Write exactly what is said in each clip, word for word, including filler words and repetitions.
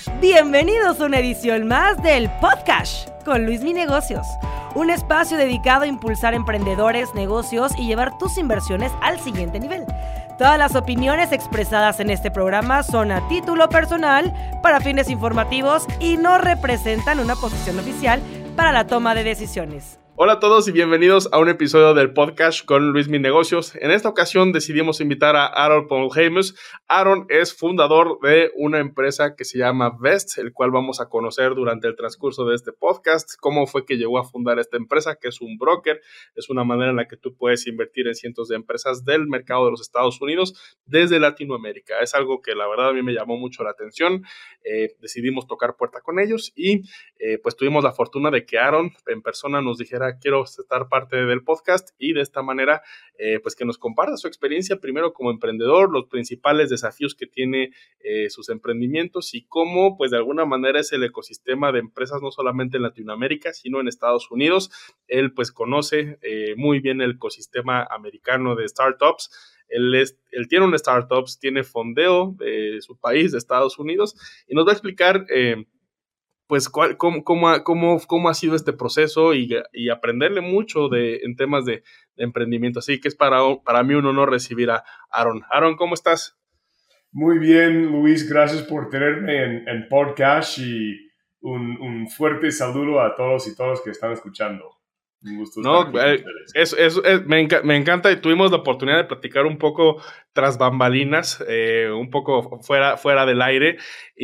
Bienvenidos a una edición más del Podcast con Luis Mi Negocios, un espacio dedicado a impulsar emprendedores, negocios y llevar tus inversiones al siguiente nivel. Todas las opiniones expresadas en este programa son a título personal, para fines informativos y no representan una posición oficial para la toma de decisiones. Hola a todos y bienvenidos a un episodio del podcast con Luis Mi Negocios. En esta ocasión decidimos invitar a Aaron Polhemus. Aaron es fundador de una empresa que se llama Vest, el cual vamos a conocer durante el transcurso de este podcast. Cómo fue que llegó a fundar esta empresa, que es un broker. Es una manera en la que tú puedes invertir en cientos de empresas del mercado de los Estados Unidos desde Latinoamérica. Es algo que la verdad a mí me llamó mucho la atención. Eh, decidimos tocar puerta con ellos y eh, pues tuvimos la fortuna de que Aaron en persona nos dijera: quiero estar parte del podcast, y de esta manera eh, pues que nos comparta su experiencia primero como emprendedor, los principales desafíos que tiene eh, sus emprendimientos y cómo pues de alguna manera es el ecosistema de empresas no solamente en Latinoamérica sino en Estados Unidos. Él pues conoce eh, muy bien el ecosistema americano de startups. Él, es, él tiene un startups, tiene fondeo de su país, de Estados Unidos, y nos va a explicar eh, pues cuál, cómo, cómo, cómo, cómo ha sido este proceso y, y aprenderle mucho de, en temas de, de emprendimiento. Así que es para, para mí un honor recibir a Aaron. Aaron, ¿cómo estás? Muy bien, Luis, gracias por tenerme en, en podcast y un, un fuerte saludo a todos y todas que están escuchando. Un gusto no, estar aquí eh, es, es, es, me, enca- me encanta, y tuvimos la oportunidad de platicar un poco tras bambalinas, eh, un poco fuera, fuera del aire,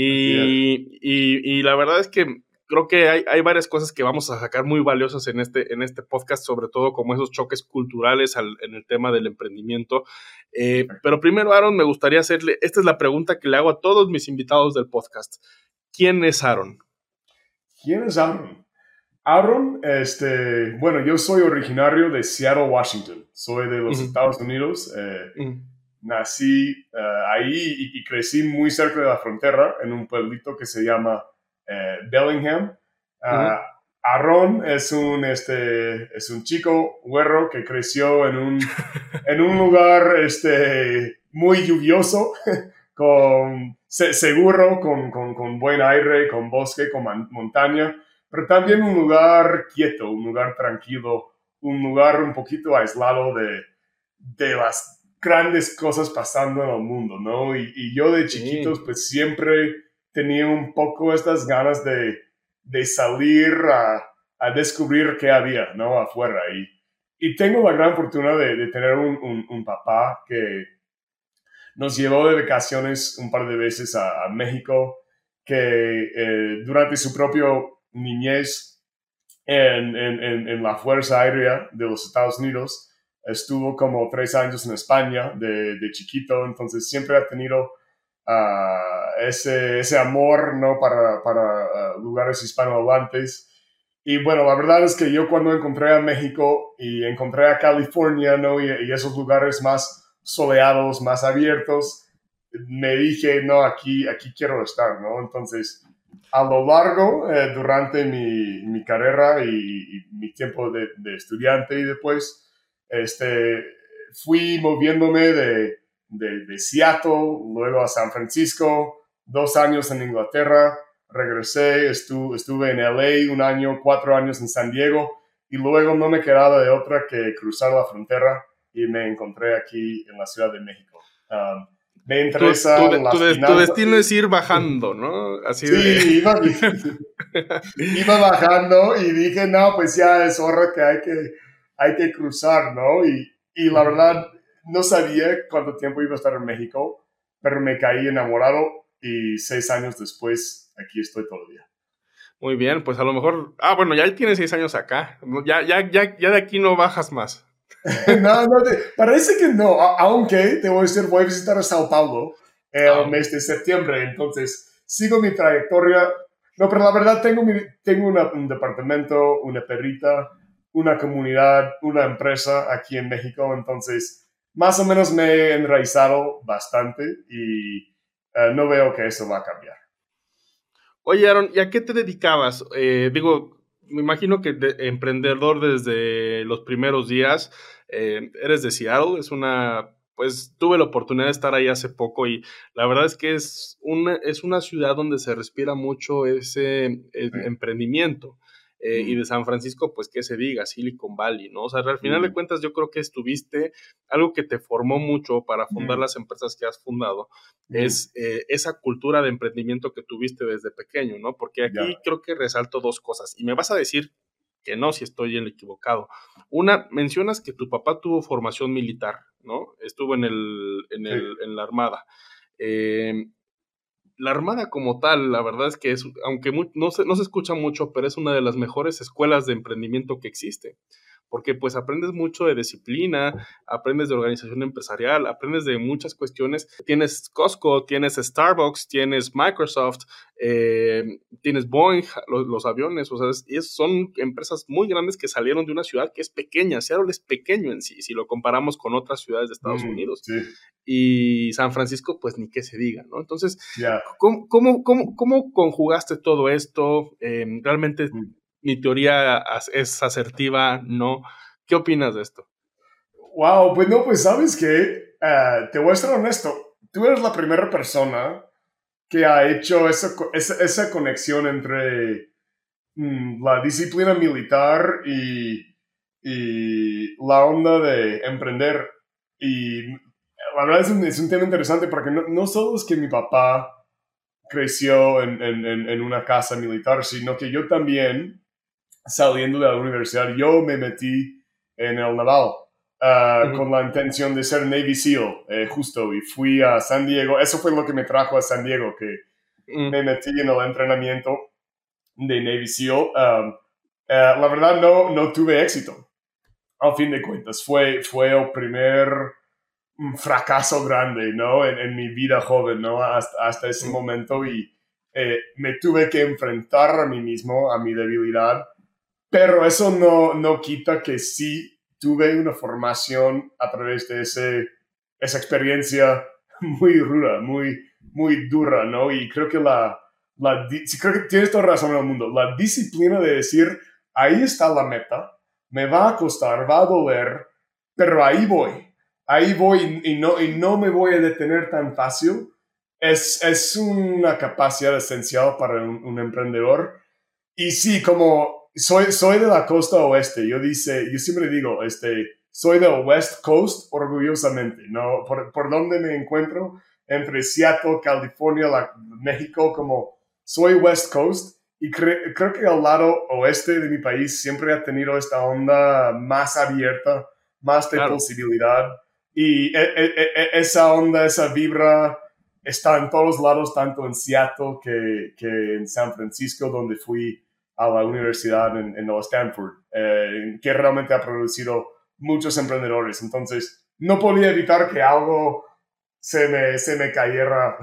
y, y, y la verdad es que creo que hay, hay varias cosas que vamos a sacar muy valiosas en este, en este podcast, sobre todo como esos choques culturales al, en el tema del emprendimiento. Eh, pero primero, Aaron, me gustaría hacerle, esta es la pregunta que le hago a todos mis invitados del podcast: ¿quién es Aaron? ¿Quién es Aaron? Aaron, este, bueno, yo soy originario de Seattle, Washington. Soy de los uh-huh. Estados Unidos. Eh, uh-huh. Nací uh, ahí y, y crecí muy cerca de la frontera, en un pueblito que se llama eh, Bellingham. Uh, uh-huh. Aaron es un, este, es un chico güero que creció en un, en un lugar este, muy lluvioso, con, se, seguro, con, con, con buen aire, con bosque, con man, montaña. Pero también un lugar quieto, un lugar tranquilo, un lugar un poquito aislado de, de las grandes cosas pasando en el mundo, ¿no? Y, y yo de chiquitos, sí. pues siempre tenía un poco estas ganas de, de salir a, a descubrir qué había, ¿no? Afuera. Y, y tengo la gran fortuna de, de tener un, un, un papá que nos llevó de vacaciones un par de veces a, a México, que eh, durante su propio niñez en, en, en la Fuerza Aérea de los Estados Unidos. Estuvo como tres años en España de, de chiquito, entonces siempre ha tenido uh, ese, ese amor, ¿no? para, para uh, lugares hispanohablantes. Y bueno, la verdad es que yo cuando encontré a México y encontré a California, ¿no? y, y esos lugares más soleados, más abiertos, me dije, no, aquí, aquí quiero estar, ¿no? Entonces, a lo largo, eh, durante mi, mi carrera y, y mi tiempo de, de estudiante y después, este, fui moviéndome de, de, de Seattle, luego a San Francisco, dos años en Inglaterra, regresé, estu, estuve en L A un año, cuatro años en San Diego, y luego no me quedaba de otra que cruzar la frontera y me encontré aquí en la Ciudad de México. Um, Me interesa tu, tu, las tu, finanzas. Tu destino es ir bajando, ¿no? Así sí, de... iba, iba bajando y dije, no, pues ya es hora que hay que, hay que cruzar, ¿no? Y, y la verdad, no sabía cuánto tiempo iba a estar en México, pero me caí enamorado y seis años después, aquí estoy todavía. Muy bien, pues a lo mejor... Ah, bueno, ya tienes seis años acá. Ya, ya, ya, ya de aquí no bajas más. no, no, te, parece que no, aunque te voy a decir, voy a visitar a Sao Paulo el oh. mes de septiembre, entonces sigo mi trayectoria. No, pero la verdad tengo, mi, tengo una, un departamento, una perrita, una comunidad, una empresa aquí en México, entonces más o menos me he enraizado bastante y uh, no veo que eso va a cambiar. Oye, Aaron, ¿y a qué te dedicabas? Eh, digo, me imagino que de, emprendedor desde los primeros días. Eh, eres de Seattle, es una pues tuve la oportunidad de estar ahí hace poco y la verdad es que es una, es una ciudad donde se respira mucho ese eh, sí. emprendimiento. Eh, mm. Y de San Francisco, pues, ¿qué se diga? Silicon Valley, ¿no? O sea, al final mm. de cuentas, yo creo que estuviste, algo que te formó mucho para fundar mm. las empresas que has fundado, mm. es eh, esa cultura de emprendimiento que tuviste desde pequeño, ¿no? Porque aquí yeah. creo que resalto dos cosas, y me vas a decir que no, si estoy en el equivocado. Una, mencionas que tu papá tuvo formación militar, ¿no? Estuvo en, el, en, el, sí. en la Armada. Eh, La Armada como tal, la verdad es que es, aunque muy, no, se, no se escucha mucho, pero es una de las mejores escuelas de emprendimiento que existe, porque pues aprendes mucho de disciplina, aprendes de organización empresarial, aprendes de muchas cuestiones. Tienes Costco, tienes Starbucks, tienes Microsoft, eh, tienes Boeing, los, los aviones, o sea, es, es, son empresas muy grandes que salieron de una ciudad que es pequeña. Seattle es pequeño en sí, si lo comparamos con otras ciudades de Estados mm, Unidos. Sí. Y San Francisco, pues ni que se diga, ¿no? Entonces, yeah. ¿cómo, cómo, cómo, ¿cómo conjugaste todo esto? Eh, realmente mm. mi teoría es asertiva, ¿no? ¿Qué opinas de esto? Wow, pues no, pues sabes qué, uh, te voy a ser honesto, tú eres la primera persona que ha hecho esa, esa, esa conexión entre mm, la disciplina militar y, y la onda de emprender. Y la verdad es un, es un tema interesante porque no, no solo es que mi papá creció en, en, en una casa militar, sino que yo también, saliendo de la universidad, yo me metí en el naval uh, uh-huh. con la intención de ser Navy SEAL, eh, justo, y fui a San Diego. Eso fue lo que me trajo a San Diego, que uh-huh. me metí en el entrenamiento de Navy SEAL. Um, uh, la verdad, no, no tuve éxito. Al fin de cuentas, fue, fue el primer fracaso grande, ¿no? En, en mi vida joven, ¿no? Hasta, hasta ese uh-huh. momento, y eh, me tuve que enfrentar a mí mismo, a mi debilidad. Pero eso no, no quita que sí tuve una formación a través de ese, esa experiencia muy ruda, muy, muy dura, ¿no? Y creo que la, la creo que tienes toda razón en el mundo. La disciplina de decir, ahí está la meta, me va a costar, va a doler, pero ahí voy, ahí voy y no, y no me voy a detener tan fácil, es, es una capacidad esencial para un, un emprendedor. Y sí, como... Soy, soy de la costa oeste. Yo dice, yo siempre digo, este, soy del West Coast orgullosamente, ¿no? Por, por donde me encuentro, entre Seattle, California, la, México, como soy West Coast. Y cre, creo que al lado oeste de mi país siempre ha tenido esta onda más abierta, más de claro. posibilidad. Y e, e, e, esa onda, esa vibra está en todos lados, tanto en Seattle que, que en San Francisco, donde fui a la universidad en, en Stanford, eh, que realmente ha producido muchos emprendedores. Entonces, no podía evitar que algo se me, se me cayera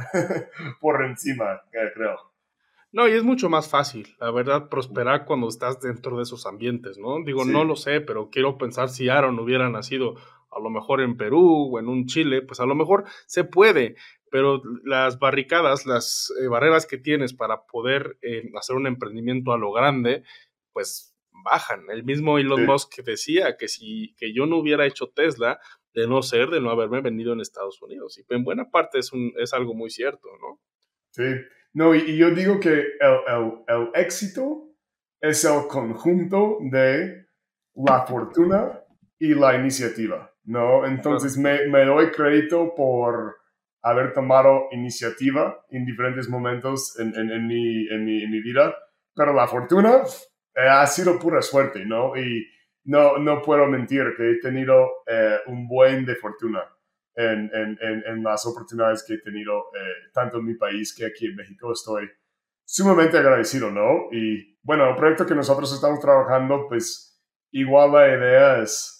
por encima, eh, creo. No, y es mucho más fácil, la verdad, prosperar cuando estás dentro de esos ambientes, ¿no? Digo, sí. no lo sé, pero quiero pensar si Aaron hubiera nacido a lo mejor en Perú o en un Chile, pues a lo mejor se puede, pero las barricadas, las eh, barreras que tienes para poder eh, hacer un emprendimiento a lo grande, pues bajan. El mismo Elon sí. Musk decía que si que yo no hubiera hecho Tesla, de no ser, de no haberme vendido en Estados Unidos. Y en buena parte es, un, es algo muy cierto, ¿no? Sí. No, y, y yo digo que el, el, el éxito es el conjunto de la fortuna y la iniciativa, ¿no? Entonces me, me doy crédito por haber tomado iniciativa en diferentes momentos en, en, en, mi, en, mi, en mi vida, pero la fortuna eh, ha sido pura suerte, ¿no? Y no, no puedo mentir que he tenido eh, un buen de fortuna en, en, en, en las oportunidades que he tenido, eh, tanto en mi país que aquí en México. Estoy sumamente agradecido, ¿no? Y bueno, el proyecto que nosotros estamos trabajando, pues igual la idea es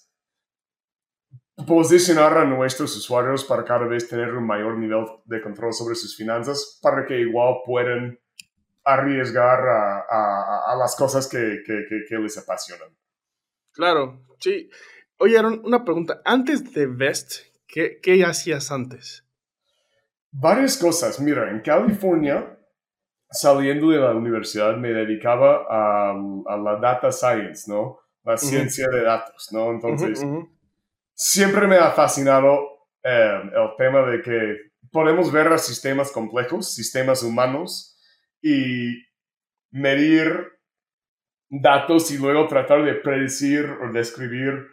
posicionar a nuestros usuarios para cada vez tener un mayor nivel de control sobre sus finanzas, para que igual puedan arriesgar a, a, a las cosas que, que, que, que les apasionan. Claro, sí. Oye, Aaron, una pregunta. Antes de Vest, ¿qué, qué hacías antes? Varias cosas. Mira, en California, saliendo de la universidad, me dedicaba a, a la data science, ¿no? La uh-huh. ciencia de datos, ¿no? Entonces, uh-huh, uh-huh. siempre me ha fascinado eh, el tema de que podemos ver a sistemas complejos, sistemas humanos, y medir datos y luego tratar de predecir o describir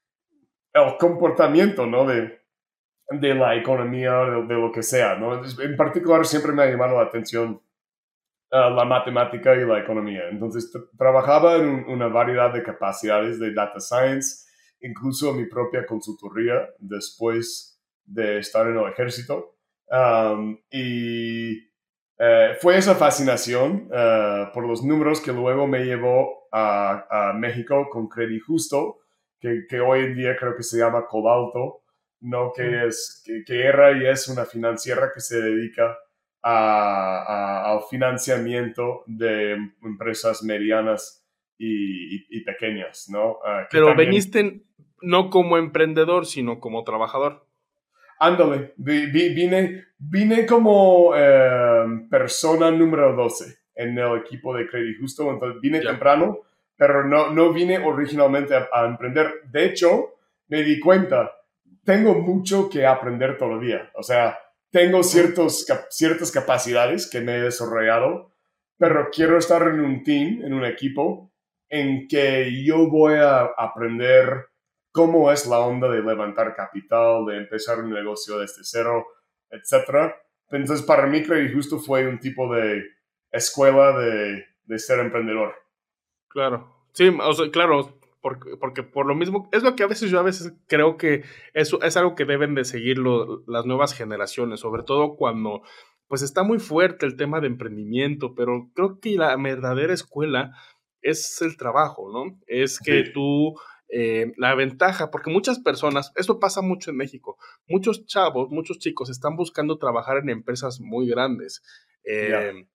el comportamiento, ¿no? de, de la economía, de, de lo que sea, ¿no? En particular, siempre me ha llamado la atención uh, la matemática y la economía. Entonces, tra- trabajaba en un- una variedad de capacidades de data science, incluso mi propia consultoría después de estar en el ejército. Um, y eh, fue esa fascinación uh, por los números que luego me llevó a, a México con Credit Justo, que, que hoy en día creo que se llama Cobalto, ¿no? Que, es, que, que era y es una financiera que se dedica a, a, al financiamiento de empresas medianas y, y, y pequeñas, ¿no? Uh, que Pero también, veniste no como emprendedor, sino como trabajador. ándale, vi, vi, vine, vine como eh, persona número doce en el equipo de Credit Justo, entonces vine Ya. temprano, pero no, no vine originalmente a, a emprender. De hecho, me di cuenta, tengo mucho que aprender todavía, o sea, tengo ciertos, cap- ciertas capacidades que me he desarrollado, pero quiero estar en un team, en un equipo, en que yo voy a aprender cómo es la onda de levantar capital, de empezar un negocio desde cero, etcétera. Entonces, para mí, Credit Justo fue un tipo de escuela de, de ser emprendedor. Claro, sí, o sea, claro, porque, porque por lo mismo, es lo que a veces yo a veces creo que eso es algo que deben de seguir lo- las nuevas generaciones, sobre todo cuando pues está muy fuerte el tema de emprendimiento, pero creo que la verdadera escuela es el trabajo, ¿no? Es Sí, que tú, eh, la ventaja, porque muchas personas, esto pasa mucho en México, muchos chavos, muchos chicos están buscando trabajar en empresas muy grandes. ya. eh,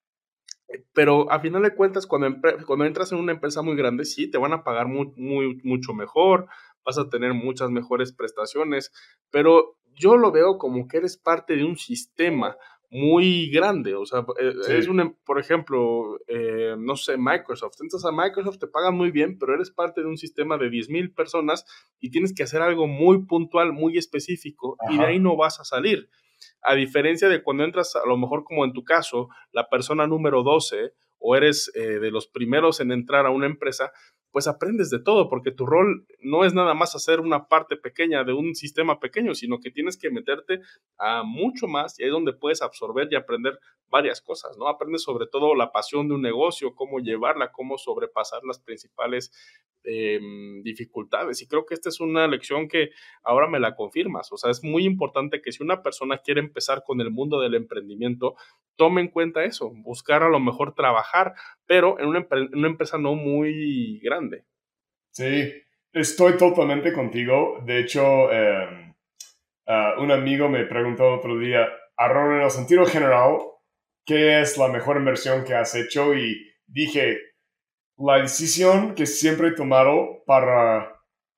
pero a final de cuentas, cuando, empre- cuando entras en una empresa muy grande, sí, te van a pagar muy, muy, mucho mejor, vas a tener muchas mejores prestaciones, pero yo lo veo como que eres parte de un sistema muy grande, o sea, eh, Sí, es un, em- por ejemplo, eh, no sé, Microsoft, entras a Microsoft, te pagan muy bien, pero eres parte de un sistema de diez mil personas y tienes que hacer algo muy puntual, muy específico, y de ahí ajá. no vas a salir. A diferencia de cuando entras, a lo mejor como en tu caso, la persona número doce o eres eh, de los primeros en entrar a una empresa, pues aprendes de todo, porque tu rol no es nada más hacer una parte pequeña de un sistema pequeño, sino que tienes que meterte a mucho más y ahí es donde puedes absorber y aprender varias cosas, ¿no? Aprendes sobre todo la pasión de un negocio, cómo llevarla, cómo sobrepasar las principales eh, dificultades. Y creo que esta es una lección que ahora me la confirmas. O sea, es muy importante que si una persona quiere empezar con el mundo del emprendimiento, tome en cuenta eso, buscar a lo mejor trabajar, pero en una, empre- en una empresa no muy grande. Sí, estoy totalmente contigo. De hecho, eh, uh, un amigo me preguntó otro día, Aaron, en el sentido general, ¿qué es la mejor inversión que has hecho? Y dije, la decisión que siempre he tomado para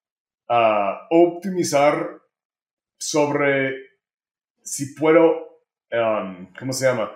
uh, optimizar sobre si puedo, um, ¿cómo se llama?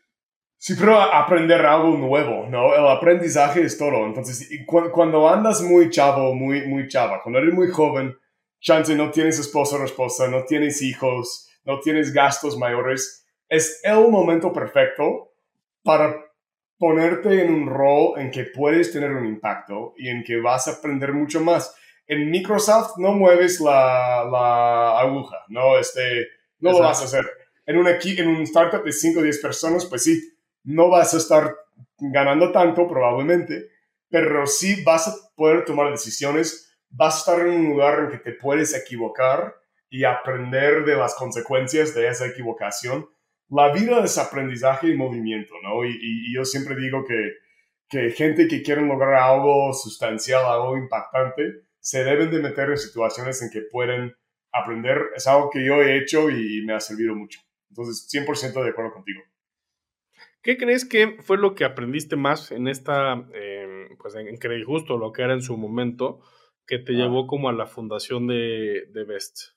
Si puedo aprender algo nuevo, ¿no? El aprendizaje es todo. Entonces, y cu- cuando andas muy chavo, muy, muy chava, cuando eres muy joven, chance no tienes esposo o esposa, no tienes hijos, no tienes gastos mayores, es el momento perfecto para ponerte en un rol en que puedes tener un impacto y en que vas a aprender mucho más. En Microsoft no mueves la, la aguja, ¿no? Este, no lo vas a Exacto. hacer. En un, equi- en un startup de cinco o diez personas, pues sí, no vas a estar ganando tanto probablemente, pero sí vas a poder tomar decisiones, vas a estar en un lugar en que te puedes equivocar y aprender de las consecuencias de esa equivocación. La vida es aprendizaje y movimiento, ¿no? Y, y, y yo siempre digo que, que gente que quiere lograr algo sustancial, algo impactante, se deben de meter en situaciones en que pueden aprender. Es algo que yo he hecho y me ha servido mucho. Entonces, cien por ciento de acuerdo contigo. ¿Qué crees que fue lo que aprendiste más en esta, eh, pues en, en Credit Justo, lo que era en su momento, que te Ah. llevó como a la fundación de, de Best?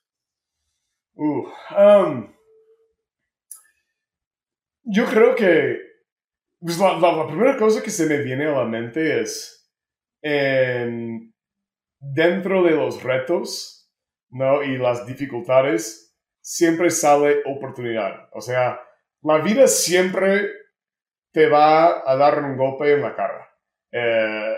Uh, um, yo creo que pues, la, la, la primera cosa que se me viene a la mente es en, dentro de los retos, ¿no? Y las dificultades, siempre sale oportunidad. O sea, la vida siempre te va a dar un golpe en la cara. Eh,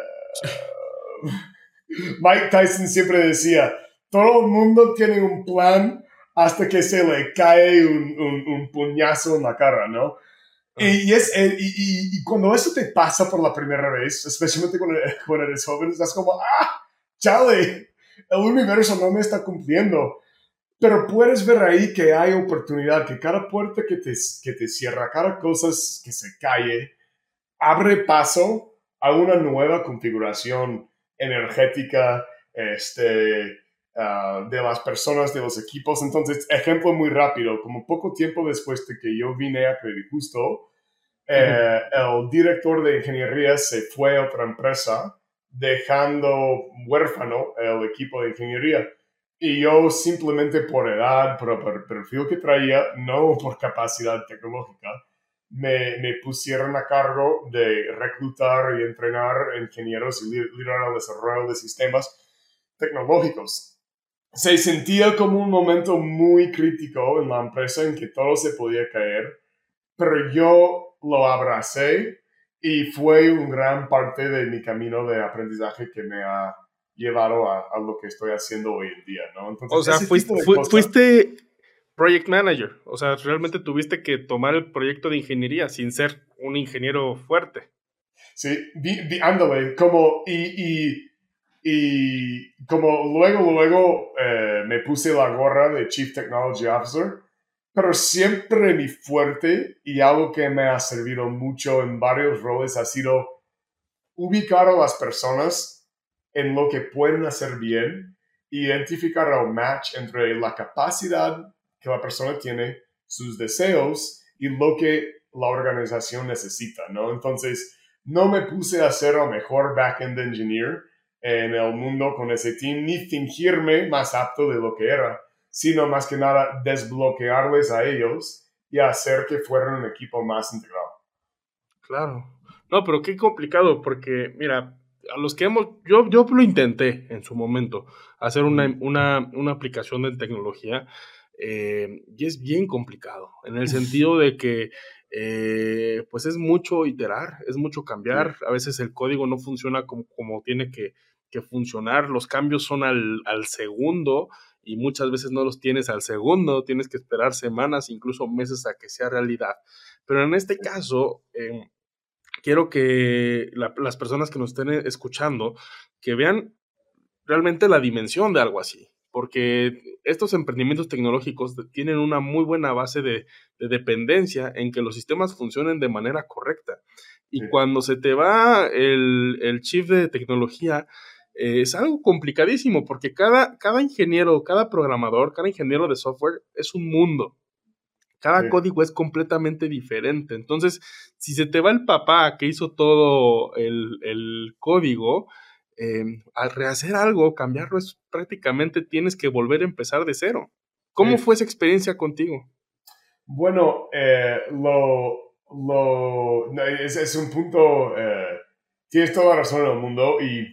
Mike Tyson siempre decía, todo el mundo tiene un plan hasta que se le cae un, un, un puñazo en la cara, ¿no? Y, y, es, y, y, y cuando eso te pasa por la primera vez, especialmente cuando, cuando eres joven, estás como, ah, chale, el universo no me está cumpliendo. Pero puedes ver ahí que hay oportunidad, que cada puerta que te, que te cierra, cada cosa que se cae, abre paso a una nueva configuración energética este, uh, de las personas, de los equipos. Entonces, ejemplo muy rápido, como poco tiempo después de que yo vine a Credit Justo, eh, uh-huh. el director de ingeniería se fue a otra empresa, dejando huérfano el equipo de ingeniería. Y yo simplemente por edad, por el perfil que traía, no por capacidad tecnológica, me, me pusieron a cargo de reclutar y entrenar ingenieros y liderar el desarrollo de sistemas tecnológicos. Se sentía como un momento muy crítico en la empresa en que todo se podía caer, pero yo lo abracé y fue una gran parte de mi camino de aprendizaje que me ha llevado a, a lo que estoy haciendo hoy en día, ¿no? Entonces, o sea, fuiste, fu cosas, fuiste project manager, o sea, realmente tuviste que tomar el proyecto de ingeniería sin ser un ingeniero fuerte. Sí, vi, vi, ándale, como, y, y, y como luego, luego eh, me puse la gorra de Chief Technology Officer, pero siempre mi fuerte y algo que me ha servido mucho en varios roles ha sido ubicar a las personas en lo que pueden hacer bien, identificar el match entre la capacidad que la persona tiene, sus deseos y lo que la organización necesita, ¿no? Entonces, no me puse a ser el mejor back-end engineer en el mundo con ese team, ni fingirme más apto de lo que era, sino más que nada desbloquearles a ellos y hacer que fueran un equipo más integrado. Claro. No, pero qué complicado, porque, mira, a los que hemos, yo, yo lo intenté en su momento, hacer una, una, una aplicación de tecnología, eh, y es bien complicado, en el sentido de que, eh, pues es mucho iterar, es mucho cambiar, a veces el código no funciona como, como tiene que, que funcionar, los cambios son al, al segundo, y muchas veces no los tienes al segundo, tienes que esperar semanas, incluso meses a que sea realidad. Pero en este caso, eh, quiero que la, las personas que nos estén escuchando, que vean realmente la dimensión de algo así, porque estos emprendimientos tecnológicos tienen una muy buena base de, de dependencia en que los sistemas funcionen de manera correcta. Y sí. Cuando se te va el, el chip de tecnología, eh, es algo complicadísimo, porque cada, cada ingeniero, cada programador, cada ingeniero de software es un mundo. Cada sí. código es completamente diferente. Entonces, si se te va el papá que hizo todo el, el código, eh, al rehacer algo, cambiarlo, es prácticamente tienes que volver a empezar de cero. ¿Cómo sí. fue esa experiencia contigo? Bueno, eh, lo, lo, es, es un punto, eh, tienes toda la razón en el mundo y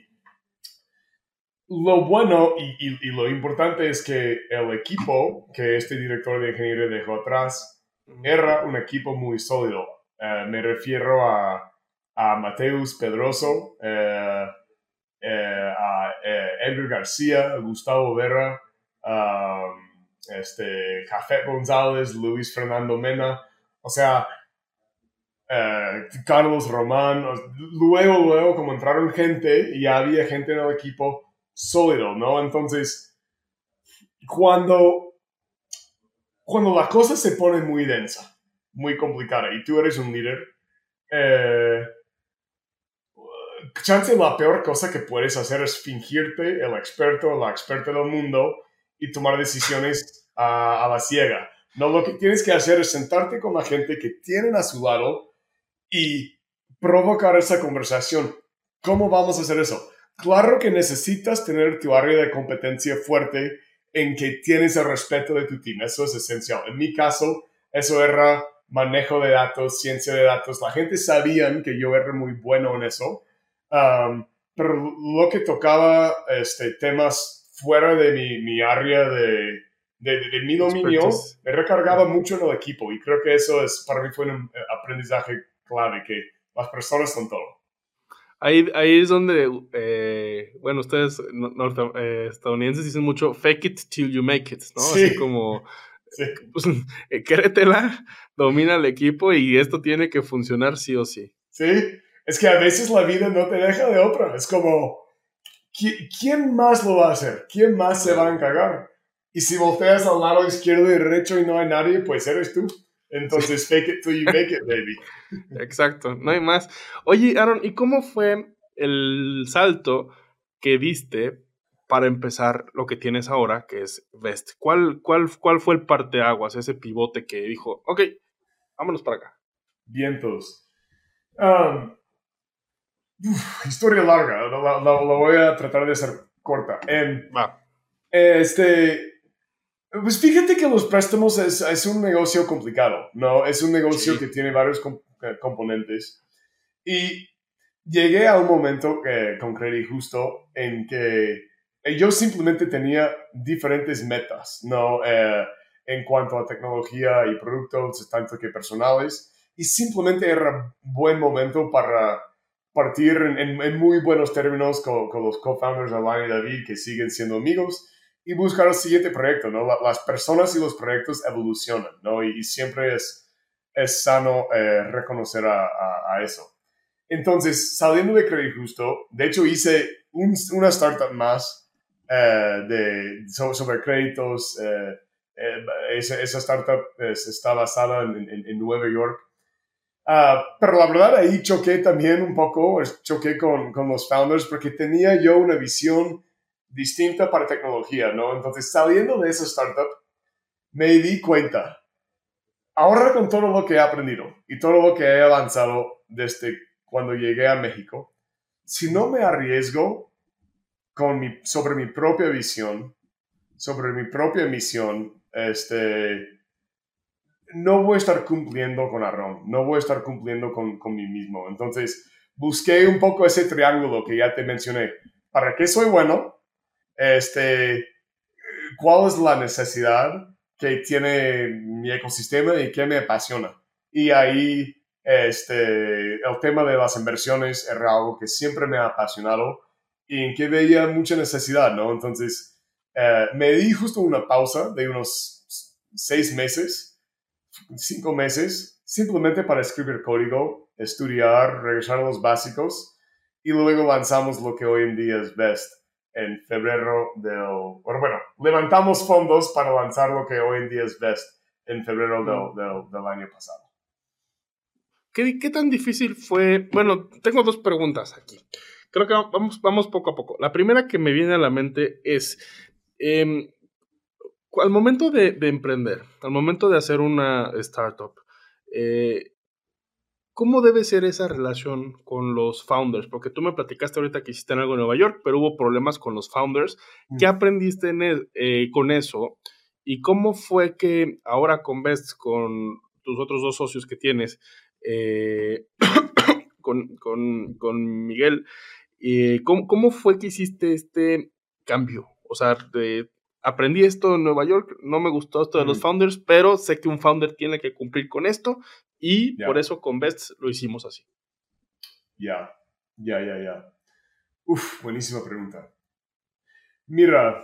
lo bueno y, y, y lo importante es que el equipo que este director de ingeniería dejó atrás era un equipo muy sólido. Uh, me refiero a, a Mateus Pedroso, uh, uh, a uh, Edgar García, Gustavo Vera, um, este, Jafet González, Luis Fernando Mena, o sea, uh, Carlos Román. Luego, luego, como entraron gente y había gente en el equipo sólido, ¿no? Entonces, cuando, cuando la cosa se pone muy densa, muy complicada, y tú eres un líder, eh, chance la peor cosa que puedes hacer es fingirte el experto, la experta del mundo y tomar decisiones a, a la ciega. No, lo que tienes que hacer es sentarte con la gente que tienen a su lado y provocar esa conversación. ¿Cómo vamos a hacer eso? Claro que necesitas tener tu área de competencia fuerte en que tienes el respeto de tu team. Eso es esencial. En mi caso, eso era manejo de datos, ciencia de datos. La gente sabía que yo era muy bueno en eso. Um, pero lo que tocaba este, temas fuera de mi, mi área de, de, de, de mi dominio, me recargaba mucho en el equipo y creo que eso es, para mí fue un aprendizaje clave, que las personas son todo. Ahí, ahí es donde, eh, bueno, ustedes norte, eh, estadounidenses dicen mucho fake it till you make it, ¿no? Sí. Así como, sí. pues, eh, créetela, domina el equipo y esto tiene que funcionar sí o sí. Sí, es que a veces la vida no te deja de otra. Es como, ¿quién más lo va a hacer? ¿Quién más se va a encargar? Y si volteas al lado izquierdo y derecho y no hay nadie, pues eres tú. Entonces, sí. Fake it till you make it, baby. Exacto, no hay más. Oye, Aaron, ¿y cómo fue el salto que diste para empezar lo que tienes ahora, que es Vest? ¿Cuál, cuál, cuál fue el parteaguas, ese pivote que dijo, ok, vámonos para acá? Vientos. Um, uf, historia larga, la, la, la, voy a tratar de hacer corta. Um, Va. Este... Pues fíjate que los préstamos es, es un negocio complicado, ¿no? Es un negocio sí. que tiene varios comp componentes. Y llegué a un momento eh, con Credit Justo en que yo simplemente tenía diferentes metas, ¿no? Eh, en cuanto a tecnología y productos, tanto que personales. Y simplemente era buen momento para partir en, en, en muy buenos términos con, con los co-founders, Alain y David, que siguen siendo amigos. Y buscar el siguiente proyecto, ¿no? Las personas y los proyectos evolucionan, ¿no? Y, y siempre es, es sano eh, reconocer a, a, a eso. Entonces, saliendo de Credit Justo, de hecho hice un, una startup más eh, de, sobre, sobre créditos. Eh, eh, esa, esa startup eh, está basada en, en, en Nueva York. Uh, pero la verdad ahí choqué también un poco, choqué con, con los founders porque tenía yo una visión distinta para tecnología, ¿no? Entonces, saliendo de esa startup, me di cuenta, ahora con todo lo que he aprendido y todo lo que he avanzado desde cuando llegué a México, si no me arriesgo con mi, sobre mi propia visión, sobre mi propia misión, este, no voy a estar cumpliendo con Aaron, no voy a estar cumpliendo con, con mí mismo. Entonces, busqué un poco ese triángulo que ya te mencioné. ¿Para qué soy bueno? Este, ¿cuál es la necesidad que tiene mi ecosistema y qué me apasiona? Y ahí este, el tema de las inversiones era algo que siempre me ha apasionado y en que veía mucha necesidad, ¿no? Entonces, eh, me di justo una pausa de unos seis meses, cinco meses, simplemente para escribir código, estudiar, regresar a los básicos y luego lanzamos lo que hoy en día es Vest. En febrero del... Bueno, levantamos fondos para lanzar lo que hoy en día es Vest en febrero del, del, del año pasado. ¿Qué, ¿Qué tan difícil fue? Bueno, tengo dos preguntas aquí. Creo que vamos, vamos poco a poco. La primera que me viene a la mente es, eh, al momento de, de emprender, al momento de hacer una startup, eh, ¿cómo debe ser esa relación con los founders? Porque tú me platicaste ahorita que hiciste algo en Nueva York, pero hubo problemas con los founders. ¿Qué aprendiste en el, eh, con eso? ¿Y cómo fue que ahora con Vest, con tus otros dos socios que tienes, eh, con, con, con Miguel, eh, ¿cómo, ¿cómo fue que hiciste este cambio? O sea, de, aprendí esto en Nueva York, no me gustó esto de mm. los founders, pero sé que un founder tiene que cumplir con esto y yeah. por eso con Vest lo hicimos así. Ya, ya, ya, ya. Uf, buenísima pregunta. Mira,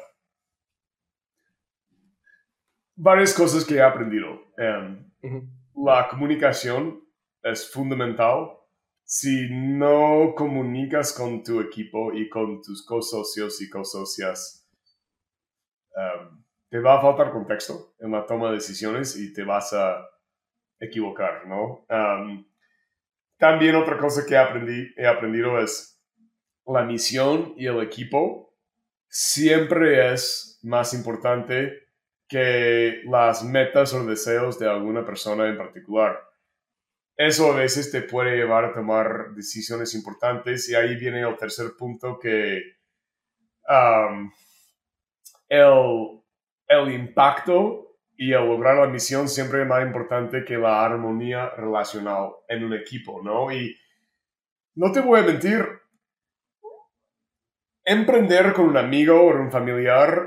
varias cosas que he aprendido. Um, uh-huh. La comunicación es fundamental. Si no comunicas con tu equipo y con tus co-socios y co-socias, um, te va a faltar contexto en la toma de decisiones y te vas a equivocar, ¿no? Um, también otra cosa que aprendí, he aprendido es la misión y el equipo siempre es más importante que las metas o deseos de alguna persona en particular. Eso a veces te puede llevar a tomar decisiones importantes y ahí viene el tercer punto que um, el, el impacto y el lograr la misión siempre es más importante que la armonía relacional en un equipo, ¿no? Y no te voy a mentir, emprender con un amigo o un familiar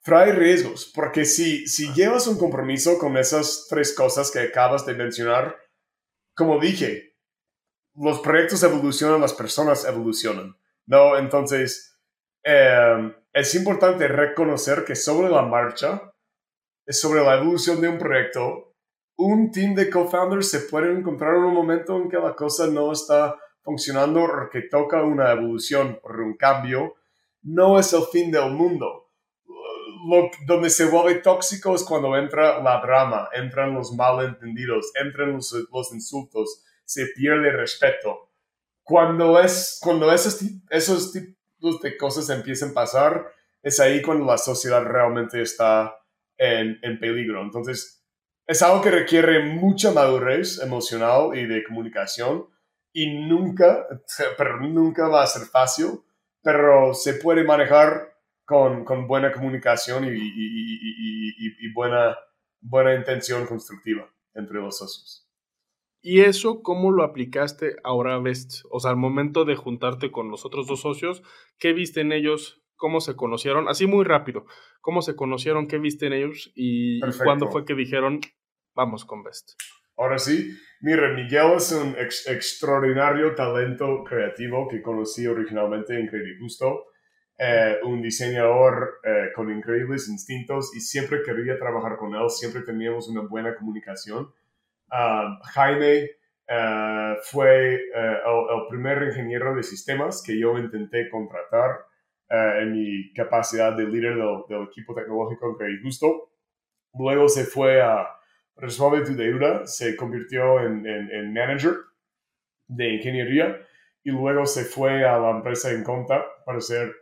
trae riesgos, porque si, si llevas un compromiso con esas tres cosas que acabas de mencionar, como dije, los proyectos evolucionan, las personas evolucionan, ¿no? Entonces, eh, es importante reconocer que sobre la marcha, sobre la evolución de un proyecto, un team de co-founders se puede encontrar en un momento en que la cosa no está funcionando o que toca una evolución o un cambio. No es el fin del mundo. Lo, donde se vuelve tóxico es cuando entra la drama, entran los malentendidos, entran los, los insultos, se pierde respeto. Cuando, es, cuando esos, esos tipos de cosas empiezan a pasar, es ahí cuando la sociedad realmente está en, en peligro. Entonces, es algo que requiere mucha madurez emocional y de comunicación y nunca, pero nunca va a ser fácil, pero se puede manejar con, con buena comunicación y, y, y, y, y buena, buena intención constructiva entre los socios. ¿Y eso cómo lo aplicaste ahora, Vest? O sea, al momento de juntarte con los otros dos socios, ¿qué viste en ellos? ¿Cómo se conocieron? Así muy rápido. ¿Cómo se conocieron? ¿Qué viste en ellos? ¿Y, y cuándo fue que dijeron, vamos con Vest? Ahora sí, mira, Miguel es un ex extraordinario talento creativo que conocí originalmente en Credit Justo. Eh, un diseñador eh, con increíbles instintos y siempre quería trabajar con él. Siempre teníamos una buena comunicación. Uh, Jaime uh, fue uh, el, el primer ingeniero de sistemas que yo intenté contratar uh, en mi capacidad de líder del, del equipo tecnológico en Credit Justo. Luego se fue a Resuelve tu Deuda, se convirtió en, en, en manager de ingeniería y luego se fue a la empresa Enconta para ser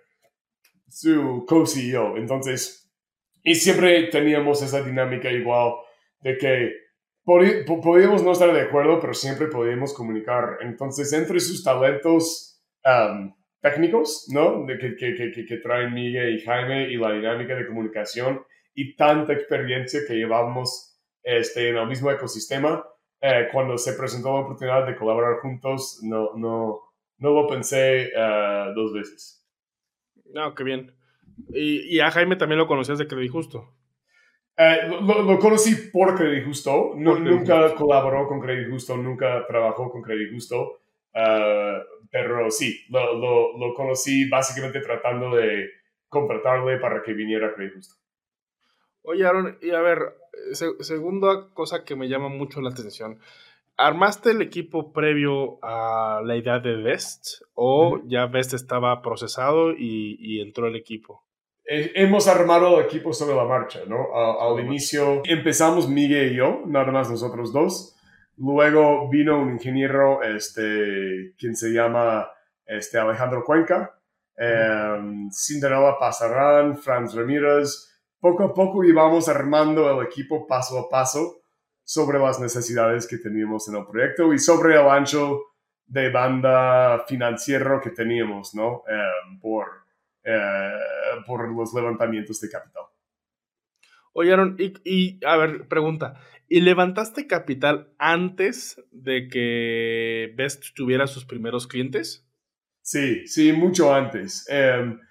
su co-C E O. Entonces, y siempre teníamos esa dinámica igual de que podíamos no estar de acuerdo, pero siempre podíamos comunicar. Entonces, entre sus talentos um, técnicos, ¿no? De que, que, que, que traen Miguel y Jaime y la dinámica de comunicación y tanta experiencia que llevamos este, en el mismo ecosistema, eh, cuando se presentó la oportunidad de colaborar juntos, no, no, no lo pensé uh, dos veces. No, qué bien. ¿Y, y a Jaime también lo conocías de Credit Justo? Eh, lo, lo conocí por Credit Justo, no, por nunca Justo. Colaboró con Credit Justo, nunca trabajó con Credit Justo, uh, pero sí, lo, lo, lo conocí básicamente tratando de contratarle para que viniera a Credit Justo. Oye, Aaron, y a ver, se, segunda cosa que me llama mucho la atención, ¿armaste el equipo previo a la idea de Vest o uh-huh. ya Vest estaba procesado y, y entró el equipo? Hemos armado el equipo sobre la marcha, ¿no? Al, al inicio empezamos Miguel y yo, nada más nosotros dos. Luego vino un ingeniero, este, quien se llama este, Alejandro Cuenca, eh, Cinderella Pasarán, Franz Ramírez. Poco a poco íbamos armando el equipo paso a paso sobre las necesidades que teníamos en el proyecto y sobre el ancho de banda financiero que teníamos, ¿no? Eh, por... Uh, por los levantamientos de capital. Oye, Aaron, y, y a ver, pregunta, ¿y levantaste capital antes de que Vest tuviera sus primeros clientes? Sí, sí, mucho antes. Um,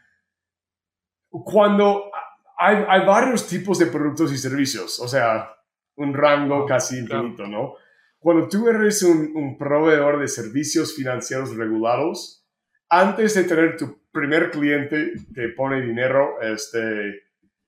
cuando hay, hay varios tipos de productos y servicios, o sea, un rango oh, casi infinito, claro. ¿no? Cuando tú eres un, un proveedor de servicios financieros regulados, antes de tener tu primer cliente que pone dinero, este,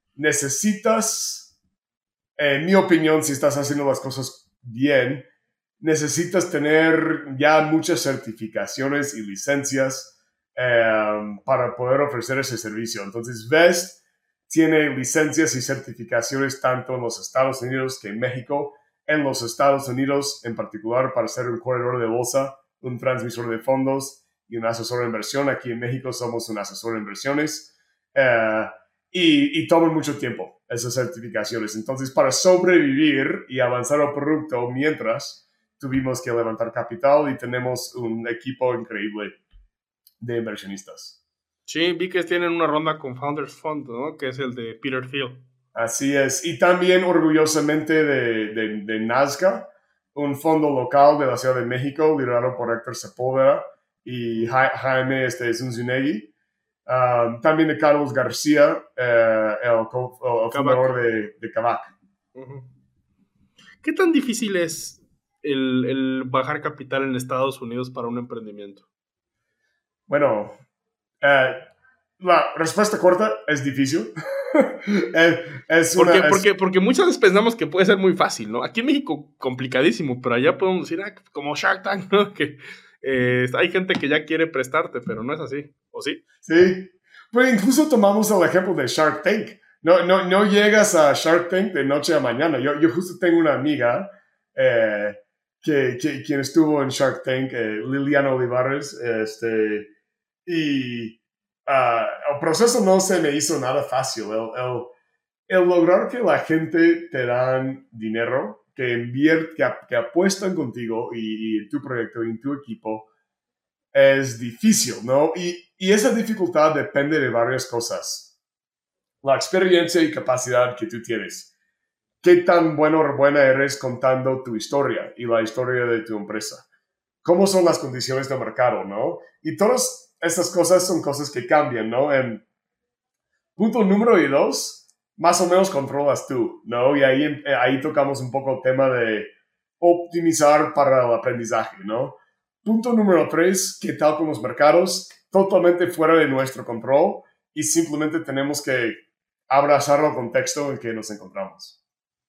necesitas, en mi opinión, si estás haciendo las cosas bien, necesitas tener ya muchas certificaciones y licencias eh, para poder ofrecer ese servicio. Entonces, Vest tiene licencias y certificaciones tanto en los Estados Unidos que en México. En los Estados Unidos, en particular, para ser un corredor de bolsa, un transmisor de fondos, y un asesor de inversión. Aquí en México somos un asesor de inversiones uh, y, y toman mucho tiempo esas certificaciones. Entonces, para sobrevivir y avanzar el producto mientras, tuvimos que levantar capital y tenemos un equipo increíble de inversionistas. Sí, vi que tienen una ronda con Founders Fund, ¿no? Que es el de Peter Thiel. Así es. Y también orgullosamente de, de, de Nazca, un fondo local de la Ciudad de México liderado por Héctor Sepúlveda y Jaime este, Zunzunegui. Um, también de Carlos García, eh, el, co- el fundador de, de Kavak. Uh-huh. ¿Qué tan difícil es el, el bajar capital en Estados Unidos para un emprendimiento? Bueno, eh, la respuesta corta es difícil. es, es ¿Por una, qué? es, Porque, porque muchas veces pensamos que puede ser muy fácil, ¿no? Aquí en México complicadísimo, pero allá podemos decir, ah, como Shark Tank, ¿no? Que eh, hay gente que ya quiere prestarte, pero no es así, ¿o sí? Sí, pero incluso tomamos el ejemplo de Shark Tank. No, no, no llegas a Shark Tank de noche a mañana. Yo, yo justo tengo una amiga eh, que, que, quien estuvo en Shark Tank, eh, Liliana Olivares, este, y uh, el proceso no se me hizo nada fácil. El, el, el lograr que la gente te dan dinero, que invierte, que, que apuestan contigo y, y en tu proyecto y en tu equipo, es difícil, ¿no? Y, y esa dificultad depende de varias cosas. La experiencia y capacidad que tú tienes. ¿Qué tan bueno o buena eres contando tu historia y la historia de tu empresa? ¿Cómo son las condiciones de mercado, no? Y todas estas cosas son cosas que cambian, ¿no? En punto número dos, más o menos controlas tú, ¿no? Y ahí, ahí tocamos un poco el tema de optimizar para el aprendizaje, ¿no? Punto número tres, que tal con los mercados, totalmente fuera de nuestro control y simplemente tenemos que abrazar el contexto en que nos encontramos.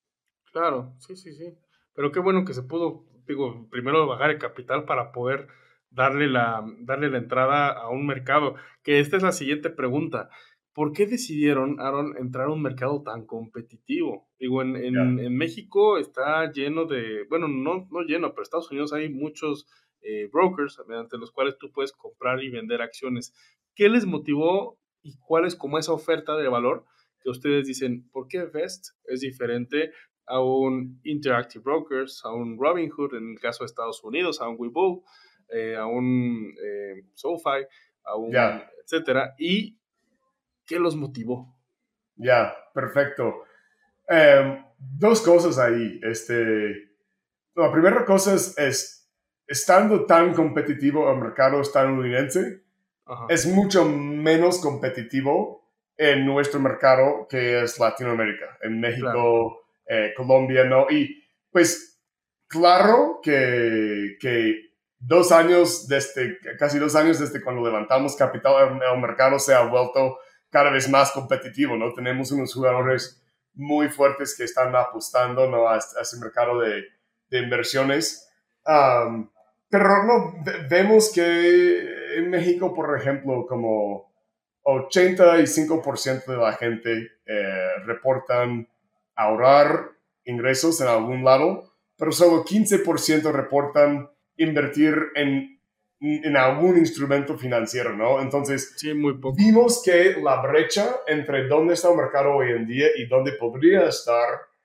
Claro, sí, sí, sí. Pero qué bueno que se pudo, digo, primero bajar el capital para poder darle la, darle la entrada a un mercado. Que esta es la siguiente pregunta. ¿Por qué decidieron, Aaron, entrar a un mercado tan competitivo? Digo, en, en, Yeah. en México está lleno de, bueno, no, no lleno, pero en Estados Unidos hay muchos eh, brokers mediante los cuales tú puedes comprar y vender acciones. ¿Qué les motivó y cuál es como esa oferta de valor que ustedes dicen, ¿por qué Vest es diferente a un Interactive Brokers, a un Robinhood en el caso de Estados Unidos, a un Webull, eh, a un eh, SoFi, a un Yeah. etcétera? ¿Y qué los motivó? Ya, yeah, perfecto. Um, dos cosas ahí. Este, la primera cosa es, es estando tan competitivo el mercado estadounidense, Ajá. es mucho menos competitivo en nuestro mercado que es Latinoamérica, en México, claro. eh, Colombia, ¿no? Y pues claro que, que dos años desde, casi dos años desde cuando levantamos capital, el, el mercado se ha vuelto cada vez más competitivo, ¿no? Tenemos unos jugadores muy fuertes que están apostando, ¿no? a, a ese mercado de, de inversiones. Um, pero no, vemos que en México, por ejemplo, como ochenta y cinco por ciento de la gente eh, reportan ahorrar ingresos en algún lado, pero solo quince por ciento reportan invertir en, en algún instrumento financiero, ¿no? Entonces, sí, muy poco. Vimos que la brecha entre dónde está el mercado hoy en día y dónde podría estar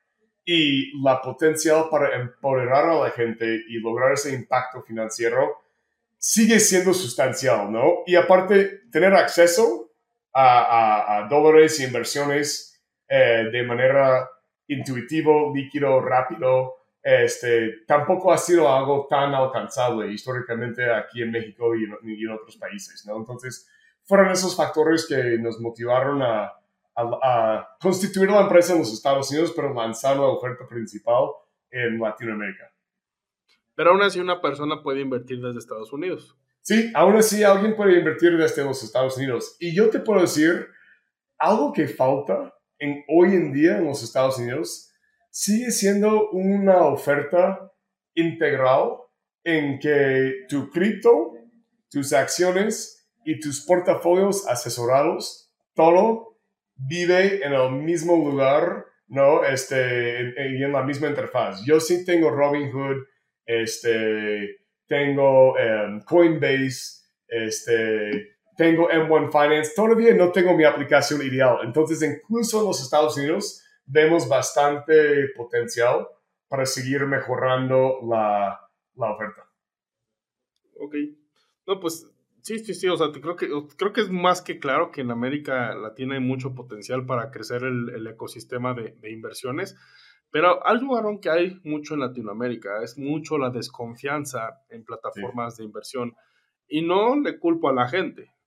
y la potencial para empoderar a la gente y lograr ese impacto financiero sigue siendo sustancial, ¿no? Y aparte, tener acceso a, a, a dólares y inversiones eh, de manera intuitivo, líquido, rápido, este, tampoco ha sido algo tan alcanzable históricamente aquí en México y en, y en otros países, ¿no? Entonces, fueron esos factores que nos motivaron a, a, a constituir la empresa en los Estados Unidos, pero lanzar la oferta principal en Latinoamérica. Pero aún así una persona puede invertir desde Estados Unidos. Sí, aún así alguien puede invertir desde los Estados Unidos. Y yo te puedo decir, algo que falta en, hoy en día en los Estados Unidos sigue siendo una oferta integral en que tu cripto, tus acciones y tus portafolios asesorados, todo vive en el mismo lugar, ¿no? Este, y en la misma interfaz. Yo sí tengo Robinhood, este, tengo um, Coinbase, este, tengo M uno Finance, todavía no tengo mi aplicación ideal. Entonces, incluso en los Estados Unidos, vemos bastante potencial para seguir mejorando la, la oferta. Ok. No, pues, sí, sí, sí, o sea, creo que, creo que es más que claro que en América Latina hay mucho potencial para crecer el, el ecosistema de, de inversiones. Pero algo, Aaron, que hay mucho en Latinoamérica es mucho la desconfianza en plataformas sí. de inversión. Y no le culpo a la gente,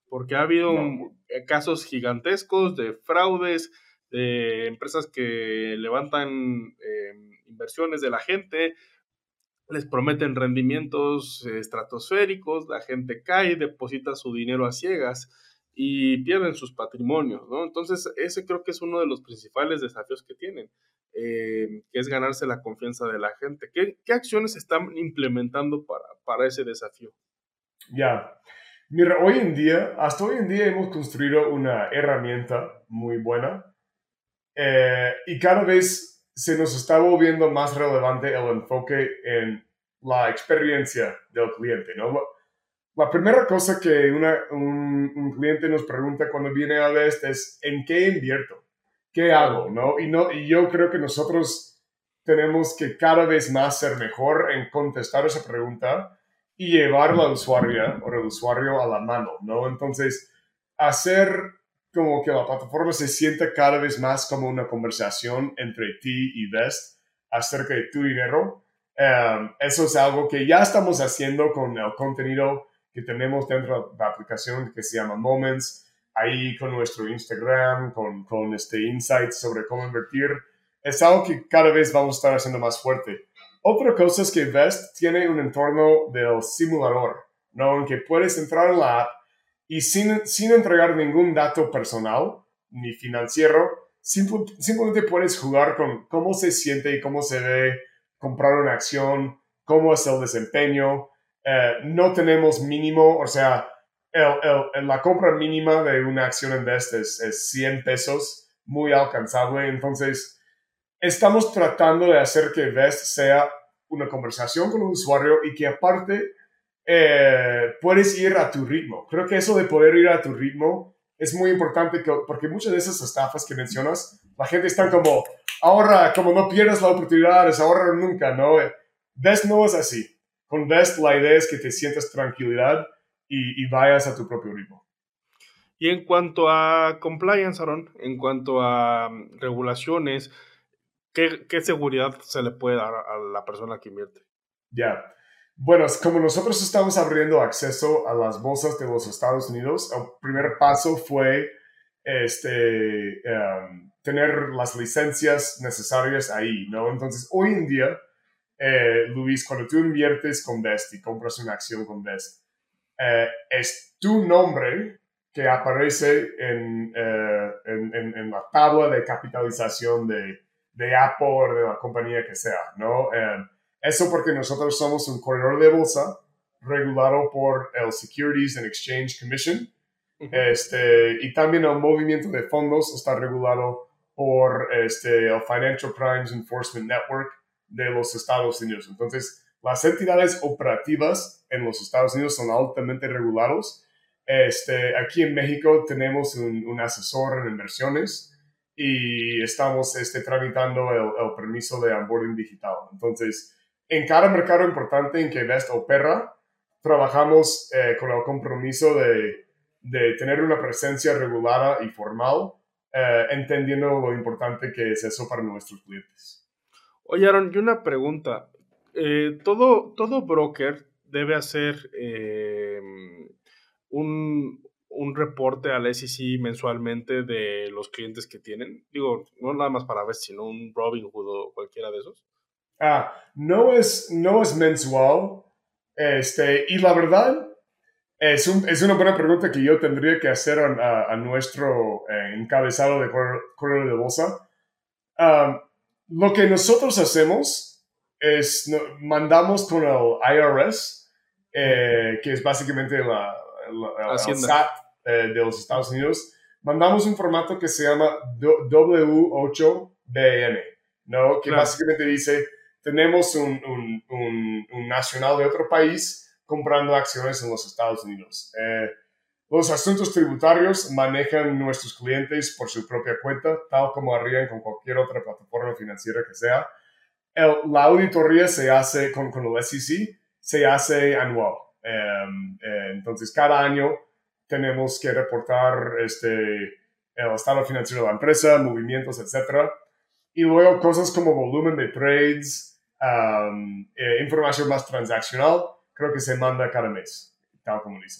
porque ha habido No. casos gigantescos de fraudes, de empresas que levantan eh, inversiones de la gente, les prometen rendimientos estratosféricos, la gente cae, deposita su dinero a ciegas y pierden sus patrimonios, ¿no? Entonces, ese creo que es uno de los principales desafíos que tienen, eh, que es ganarse la confianza de la gente. ¿Qué, qué acciones están implementando para, para ese desafío? Ya. Yeah. Mira, hoy en día, hasta hoy en día hemos construido una herramienta muy buena eh, y cada vez se nos está volviendo más relevante el enfoque en la experiencia del cliente, ¿no? La, la primera cosa que una, un, un cliente nos pregunta cuando viene a Vest es ¿en qué invierto? ¿Qué hago? ¿No? Y, no, y yo creo que nosotros tenemos que cada vez más ser mejor en contestar esa pregunta y llevar la usuaria o el usuario a la mano, ¿no? Entonces, hacer como que la plataforma se sienta cada vez más como una conversación entre ti y Vest acerca de tu dinero. Um, eso es algo que ya estamos haciendo con el contenido que tenemos dentro de la aplicación que se llama Moments, ahí con nuestro Instagram, con, con este insights sobre cómo invertir. Es algo que cada vez vamos a estar haciendo más fuerte. Otra cosa es que Vest tiene un entorno del simulador, ¿no? En que puedes entrar en la app y sin, sin entregar ningún dato personal ni financiero, simple, simplemente puedes jugar con cómo se siente y cómo se ve comprar una acción, cómo es el desempeño. Eh, no tenemos mínimo, o sea, el, el, la compra mínima de una acción en Vest es, es cien pesos, muy alcanzable. Entonces, estamos tratando de hacer que Vest sea una conversación con el usuario y que aparte eh, puedes ir a tu ritmo. Creo que eso de poder ir a tu ritmo es muy importante que, porque muchas de esas estafas que mencionas, la gente está como, ahorra, como no pierdas la oportunidad, es ahorrar nunca, ¿no? Vest no es así. Con Vest la idea es que te sientas tranquilidad y, y vayas a tu propio ritmo. Y en cuanto a compliance, Aaron, en cuanto a um, regulaciones, ¿Qué, ¿qué seguridad se le puede dar a la persona que invierte? Ya. Yeah. Bueno, como nosotros estamos abriendo acceso a las bolsas de los Estados Unidos, el primer paso fue este, um, tener las licencias necesarias ahí, ¿no? Entonces, hoy en día, eh, Luis, cuando tú inviertes con Vest y compras una acción con Vest, eh, es tu nombre que aparece en, eh, en, en, en la tabla de capitalización de de Apple o de la compañía que sea, ¿no? Eh, eso porque nosotros somos un corredor de bolsa regulado por el Securities and Exchange Commission, uh-huh. este, y también el movimiento de fondos está regulado por este, el Financial Crimes Enforcement Network de los Estados Unidos. Entonces, las entidades operativas en los Estados Unidos son altamente regulados. Este, aquí en México tenemos un, un asesor en inversiones y estamos este, tramitando el, el permiso de onboarding digital. Entonces, en cada mercado importante en que Vest opera, trabajamos eh, con el compromiso de, de tener una presencia regulada y formal, eh, entendiendo lo importante que es eso para nuestros clientes. Oye, Aaron, y una pregunta. Eh, ¿todo, todo broker debe hacer eh, un... un reporte al S E C mensualmente de los clientes que tienen? Digo, no nada más para ver, sino un Robinhood o cualquiera de esos. Ah, no es, no es mensual. Este, y la verdad, es, un, es una buena pregunta que yo tendría que hacer a, a, a nuestro eh, encabezado de correo de bolsa. Um, lo que nosotros hacemos es, no, mandamos con el I R S, eh, que es básicamente la, la, el S A T eh, de los Estados Unidos, mandamos un formato que se llama W ocho B N, ¿no? Que claro. Básicamente dice, tenemos un, un, un, un nacional de otro país comprando acciones en los Estados Unidos. Eh, los asuntos tributarios manejan nuestros clientes por su propia cuenta, tal como harían con cualquier otra plataforma financiera que sea. El, la auditoría se hace con, con el S E C, se hace anual. Eh, eh, entonces, cada año tenemos que reportar este, el estado financiero de la empresa, movimientos, etcétera. Y luego cosas como volumen de trades, um, eh, información más transaccional, creo que se manda cada mes, tal como dices.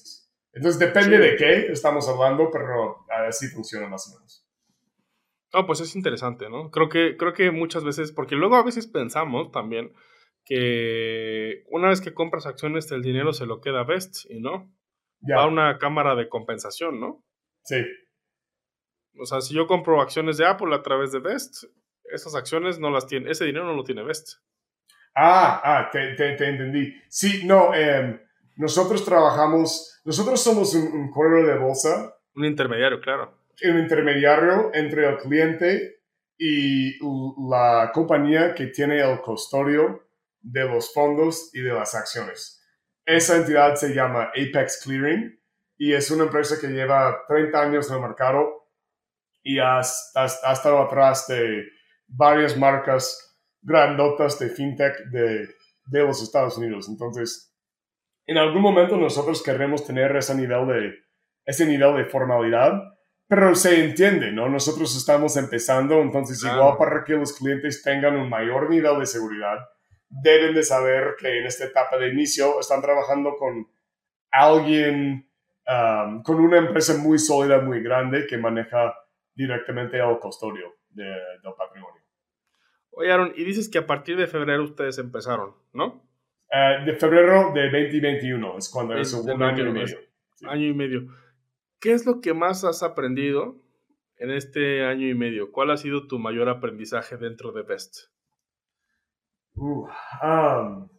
Entonces depende Sí. de qué estamos hablando, pero así funciona más o menos. No, pues es interesante, ¿no? Creo que, creo que muchas veces, porque luego a veces pensamos también que una vez que compras acciones el dinero se lo queda Vest y no, va a Ya, una cámara de compensación, ¿no? sí. O sea, si yo compro acciones de Apple a través de Vest, esas acciones no las tiene, ese dinero no lo tiene Vest. Ah, ah, te, te, te entendí. Sí, no, eh, nosotros trabajamos, nosotros somos un, un corredor de bolsa, Un intermediario, claro. un intermediario entre el cliente y la compañía que tiene el custodio de los fondos y de las acciones. Esa entidad se llama Apex Clearing y es una empresa que lleva treinta años en el mercado y ha, ha, ha estado atrás de varias marcas grandotas de fintech de, de los Estados Unidos. Entonces, en algún momento nosotros queremos tener ese nivel de, ese nivel de formalidad, pero se entiende, ¿no? Nosotros estamos empezando, entonces Claro. igual para que los clientes tengan un mayor nivel de seguridad, deben de saber que en esta etapa de inicio están trabajando con alguien, um, con una empresa muy sólida, muy grande, que maneja directamente el custodio de, del patrimonio. Oye, Aaron, y dices que a partir de febrero ustedes empezaron, ¿no? Uh, de febrero de veinte veintiuno es cuando es El, un año y medio. Sí. Año y medio. ¿Qué es lo que más has aprendido en este año y medio? ¿Cuál ha sido tu mayor aprendizaje dentro de Vest? Uh, um,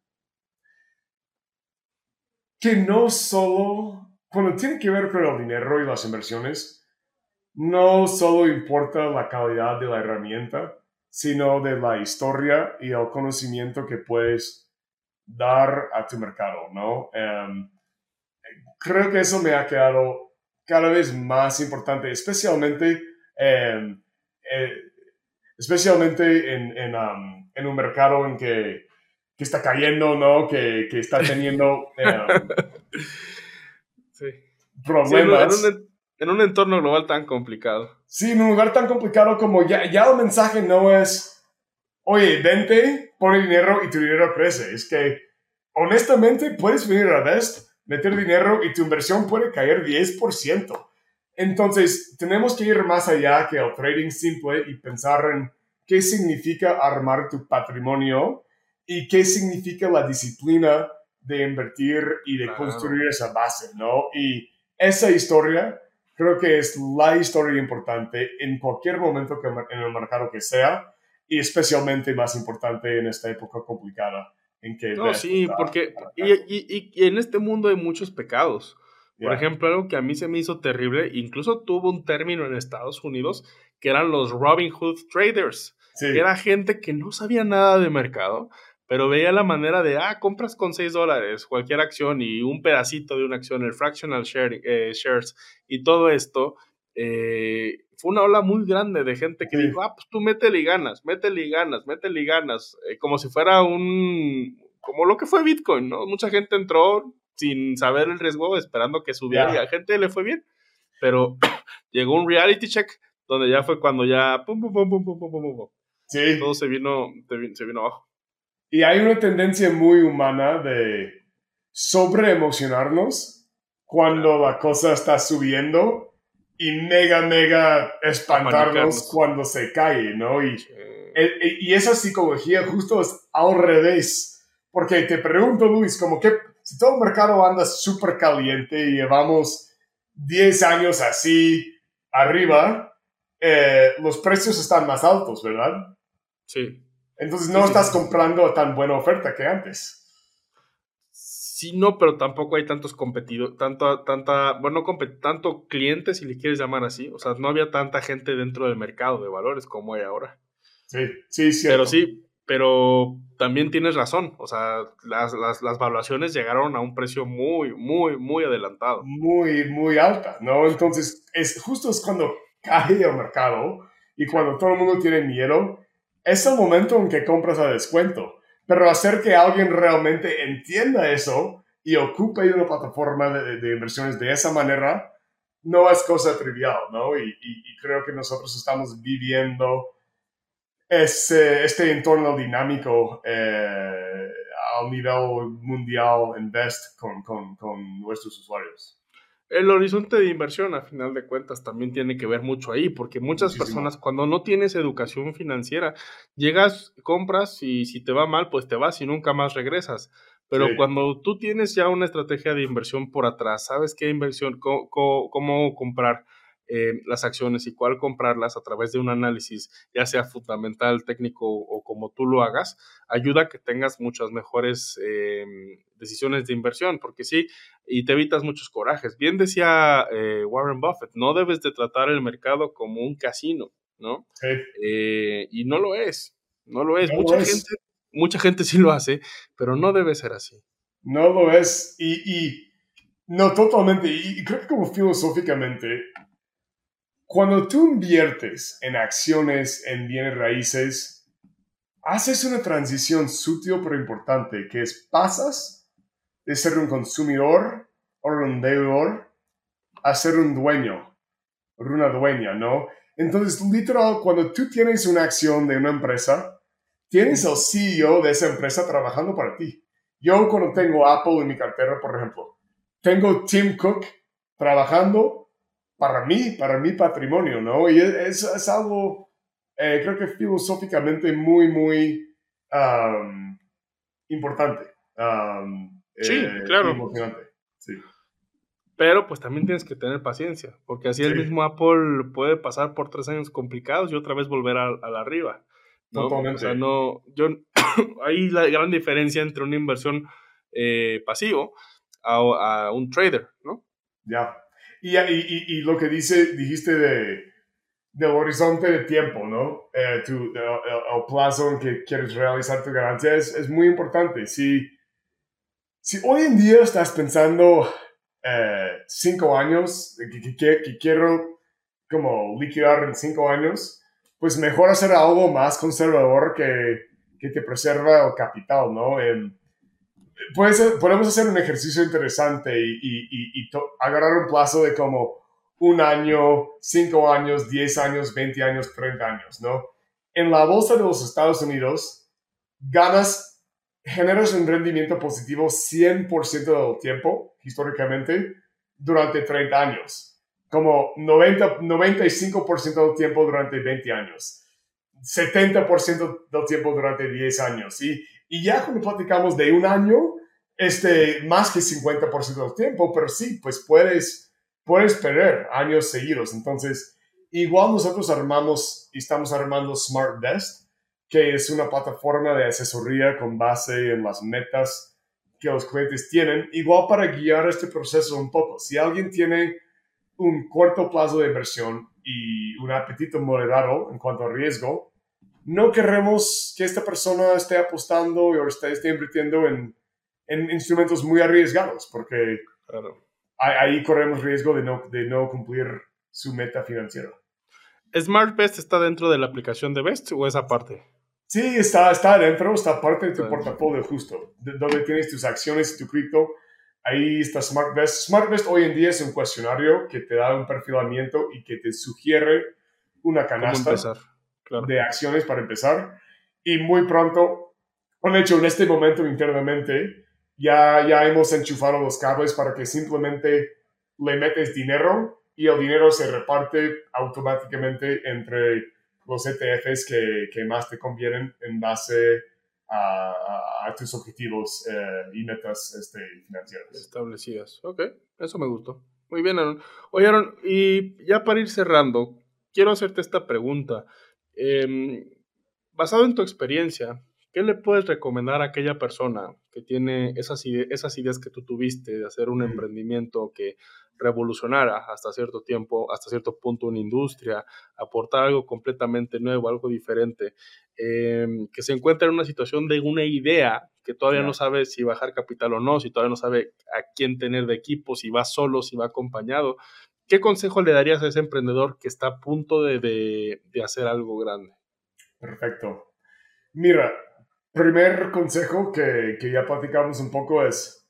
que no solo, cuando tiene que ver con el dinero y las inversiones, no solo importa la calidad de la herramienta, sino de la historia y el conocimiento que puedes dar a tu mercado, ¿no? Um, creo que eso me ha quedado cada vez más importante, especialmente, eh, eh, especialmente en, en, um, en un mercado en que, que está cayendo, ¿no? Que, que está teniendo um, sí. problemas. Sí, en, un, en un entorno global tan complicado. Sí, en un lugar tan complicado como ya, ya el mensaje no es, oye, vente, pon el dinero y tu dinero crece. Es que, honestamente, puedes venir a Vest, meter dinero y tu inversión puede caer diez por ciento. Entonces, tenemos que ir más allá que el trading simple y pensar en qué significa armar tu patrimonio y qué significa la disciplina de invertir y de Claro. construir esa base, ¿no? Y esa historia creo que es la historia importante en cualquier momento que, en el mercado que sea y especialmente más importante en esta época complicada en que No, Vest sí, está porque y, y, y en este mundo hay muchos pecados. Por yeah. ejemplo, algo que a mí se me hizo terrible, incluso tuvo un término en Estados Unidos, que eran los Robin Hood Traders, Sí. que era gente que no sabía nada de mercado, pero veía la manera de, ah, compras con seis dólares cualquier acción y un pedacito de una acción, el fractional share, eh, shares y todo esto. Eh, fue una ola muy grande de gente que Sí. dijo, ah, pues tú métele y ganas, métele y ganas, métele y ganas, eh, como si fuera un, como lo que fue Bitcoin, ¿no? Mucha gente entró sin saber el riesgo, esperando que subiera Yeah. y a gente le fue bien, pero llegó un reality check donde ya fue cuando ya pum, pum, pum, pum, pum, pum, pum, pum. Sí. Todo se vino, se vino abajo. Y hay una tendencia muy humana de sobreemocionarnos cuando claro. la cosa está subiendo y mega, mega espantarnos cuando se cae, ¿no? Y, sí. y esa psicología justo es al revés. Porque te pregunto, Luis, como que si todo el mercado anda súper caliente y llevamos diez años así arriba, eh, los precios están más altos, ¿verdad? Sí. Entonces no sí, estás sí, sí. comprando a tan buena oferta que antes. Sí, no, pero tampoco hay tantos competidores, tanta, tanta, bueno, compet tanto clientes, si le quieres llamar así. O sea, no había tanta gente dentro del mercado de valores como hay ahora. Sí, sí, cierto. Pero sí, pero también tienes razón. O sea, las, las, las valuaciones llegaron a un precio muy, muy, muy adelantado. Muy, muy alta, ¿no? Entonces, es, justo es cuando cae el mercado y cuando todo el mundo tiene miedo, es el momento en que compras a descuento. Pero hacer que alguien realmente entienda eso y ocupe una plataforma de, de inversiones de esa manera no es cosa trivial, ¿no? Y, y, y creo que nosotros estamos viviendo ese, este entorno dinámico eh, a nivel mundial en Vest con, con, con nuestros usuarios. El horizonte de inversión, a final de cuentas, también tiene que ver mucho ahí, porque muchas Muchísimo. personas, cuando no tienes educación financiera, llegas, compras y si te va mal, pues te vas y nunca más regresas. Pero sí. cuando tú tienes ya una estrategia de inversión por atrás, sabes qué inversión, cómo, cómo, cómo comprar eh, las acciones y cuál comprarlas a través de un análisis, ya sea fundamental, técnico o como tú lo hagas, ayuda a que tengas muchas mejores eh, decisiones de inversión, porque sí, y te evitas muchos corajes. Bien decía eh, Warren Buffett, no debes de tratar el mercado como un casino, ¿no? Sí. Eh, y no lo es, no lo es. No mucha lo es. gente, mucha gente sí lo hace, pero no debe ser así. No lo es, y, y no totalmente, y, y creo que como filosóficamente, cuando tú inviertes en acciones, en bienes raíces, haces una transición sutil pero importante, que es pasas de ser un consumidor o un deudor a ser un dueño o una dueña, ¿no? Entonces, literal, cuando tú tienes una acción de una empresa, tienes al C E O de esa empresa trabajando para ti. Yo cuando tengo Apple en mi cartera, por ejemplo, tengo Tim Cook trabajando para mí, para mi patrimonio, ¿no? Y es, es algo, eh, creo que filosóficamente muy, muy um, importante. Um, sí, eh, claro. Y emocionante, sí. Pero pues también tienes que tener paciencia, porque así sí. el mismo Apple puede pasar por tres años complicados y otra vez volver a, a la arriba, ¿no? Totalmente. O sea, no, yo, hay la gran diferencia entre una inversión eh, pasivo a, a un trader, ¿no? Ya. Y, y, y lo que dice, dijiste de, del horizonte de tiempo, ¿no? Eh, tu, el, el plazo en que quieres realizar tu ganancia es, es muy importante. Si, si hoy en día estás pensando eh, cinco años, que, que, que quiero como liquidar en cinco años, pues mejor hacer algo más conservador que, que te preserva el capital, ¿no? Eh, Puede ser, podemos hacer un ejercicio interesante y, y, y, y to, agarrar un plazo de como un año, cinco años, diez años, veinte años, treinta años, ¿no? En la bolsa de los Estados Unidos, ganas, generas un rendimiento positivo cien por ciento del tiempo, históricamente, durante treinta años. Como noventa, noventa y cinco por ciento del tiempo durante veinte años. setenta por ciento del tiempo durante diez años. Y Y ya cuando platicamos de un año, este, más que cincuenta por ciento del tiempo, pero sí, pues puedes, puedes perder años seguidos. Entonces, igual nosotros armamos y estamos armando SmartVest, que es una plataforma de asesoría con base en las metas que los clientes tienen, igual para guiar este proceso un poco. Si alguien tiene un corto plazo de inversión y un apetito moderado en cuanto a riesgo, no queremos que esta persona esté apostando o esté, esté invirtiendo en, en instrumentos muy arriesgados, porque claro. ahí, ahí corremos riesgo de no, de no cumplir su meta financiera. ¿SmartVest está dentro de la aplicación de Vest o es aparte? Sí, está, está dentro, está parte de tu está portafolio dentro. Justo, de, donde tienes tus acciones y tu cripto. Ahí está SmartVest. SmartVest hoy en día es un cuestionario que te da un perfilamiento y que te sugiere una canasta. ¿Cómo empezar? Claro. De acciones para empezar, y muy pronto, de hecho en este momento internamente ya, ya hemos enchufado los cables para que simplemente le metes dinero y el dinero se reparte automáticamente entre los E T Fs que, que más te convienen en base a, a, a tus objetivos eh, y metas este, financieras establecidas. Ok, eso me gustó. Muy bien, Aaron. Oye, Aaron, y ya para ir cerrando, quiero hacerte esta pregunta. Eh, basado en tu experiencia, ¿qué le puedes recomendar a aquella persona que tiene esas, ide- esas ideas que tú tuviste de hacer un Mm. emprendimiento que revolucionara hasta cierto tiempo, hasta cierto punto una industria, aportar algo completamente nuevo, algo diferente, eh, que se encuentra en una situación de una idea que todavía Ya. no sabe si bajar capital o no, si todavía no sabe a quién tener de equipo, si va solo, si va acompañado? ¿Qué consejo le darías a ese emprendedor que está a punto de, de, de hacer algo grande? Perfecto. Mira, primer consejo que, que ya platicamos un poco es